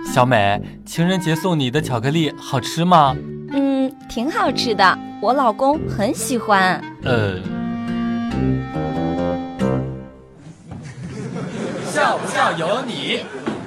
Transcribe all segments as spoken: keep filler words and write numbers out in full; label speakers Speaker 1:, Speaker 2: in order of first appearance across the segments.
Speaker 1: 小美，情人节送你的巧克力好吃吗？
Speaker 2: 嗯，挺好吃的，我老公很喜欢。
Speaker 1: 呃，笑不笑由你。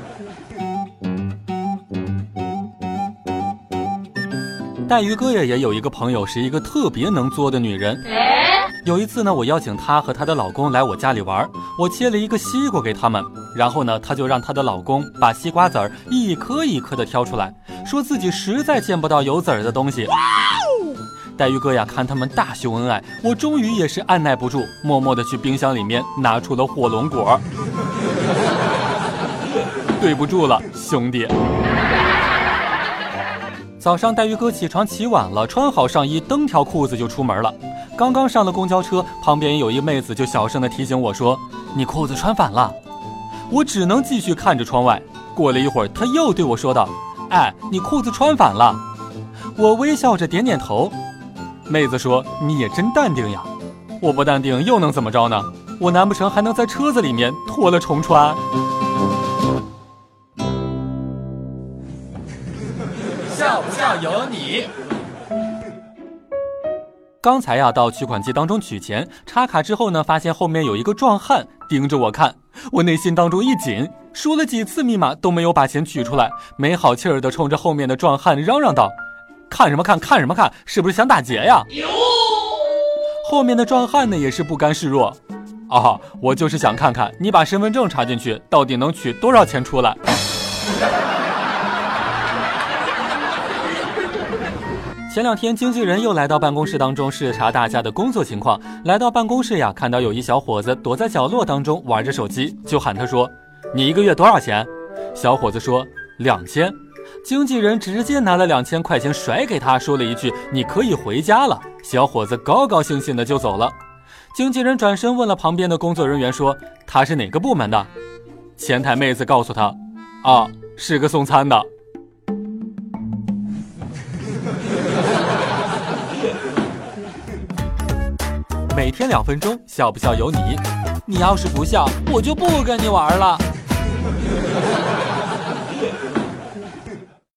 Speaker 1: 带鱼哥呀也有一个朋友是一个特别能作的女人。有一次呢，我邀请她和她的老公来我家里玩，我切了一个西瓜给他们，然后呢，她就让她的老公把西瓜籽儿一颗一颗的挑出来，说自己实在见不到有籽儿的东西。带鱼哥呀看他们大秀恩爱，我终于也是按耐不住，默默的去冰箱里面拿出了火龙果。对不住了，兄弟。早上带鱼哥起床起晚了，穿好上衣蹬条裤子就出门了。刚刚上了公交车，旁边有一妹子就小声地提醒我说，你裤子穿反了。我只能继续看着窗外。过了一会儿，她又对我说道，哎，你裤子穿反了。我微笑着点点头。妹子说，你也真淡定呀。我不淡定又能怎么着呢？我难不成还能在车子里面脱了重穿？笑不笑由你。刚才呀、啊、到取款机当中取钱，插卡之后呢，发现后面有一个壮汉盯着我看，我内心当中一紧，输了几次密码都没有把钱取出来，没好气儿的冲着后面的壮汉嚷嚷道，看什么看看什么看，是不是想打劫呀？后面的壮汉呢也是不甘示弱，啊，我就是想看看你把身份证插进去到底能取多少钱出来。前两天经纪人又来到办公室当中视察大家的工作情况，来到办公室呀，看到有一小伙子躲在角落当中玩着手机，就喊他说，你一个月多少钱？小伙子说两千。经纪人直接拿了两千块钱甩给他，说了一句，你可以回家了。小伙子高高兴兴的就走了。经纪人转身问了旁边的工作人员说，他是哪个部门的？前台妹子告诉他，啊，是个送餐的。每天两分钟，笑不笑由你。你要是不笑，我就不跟你玩了。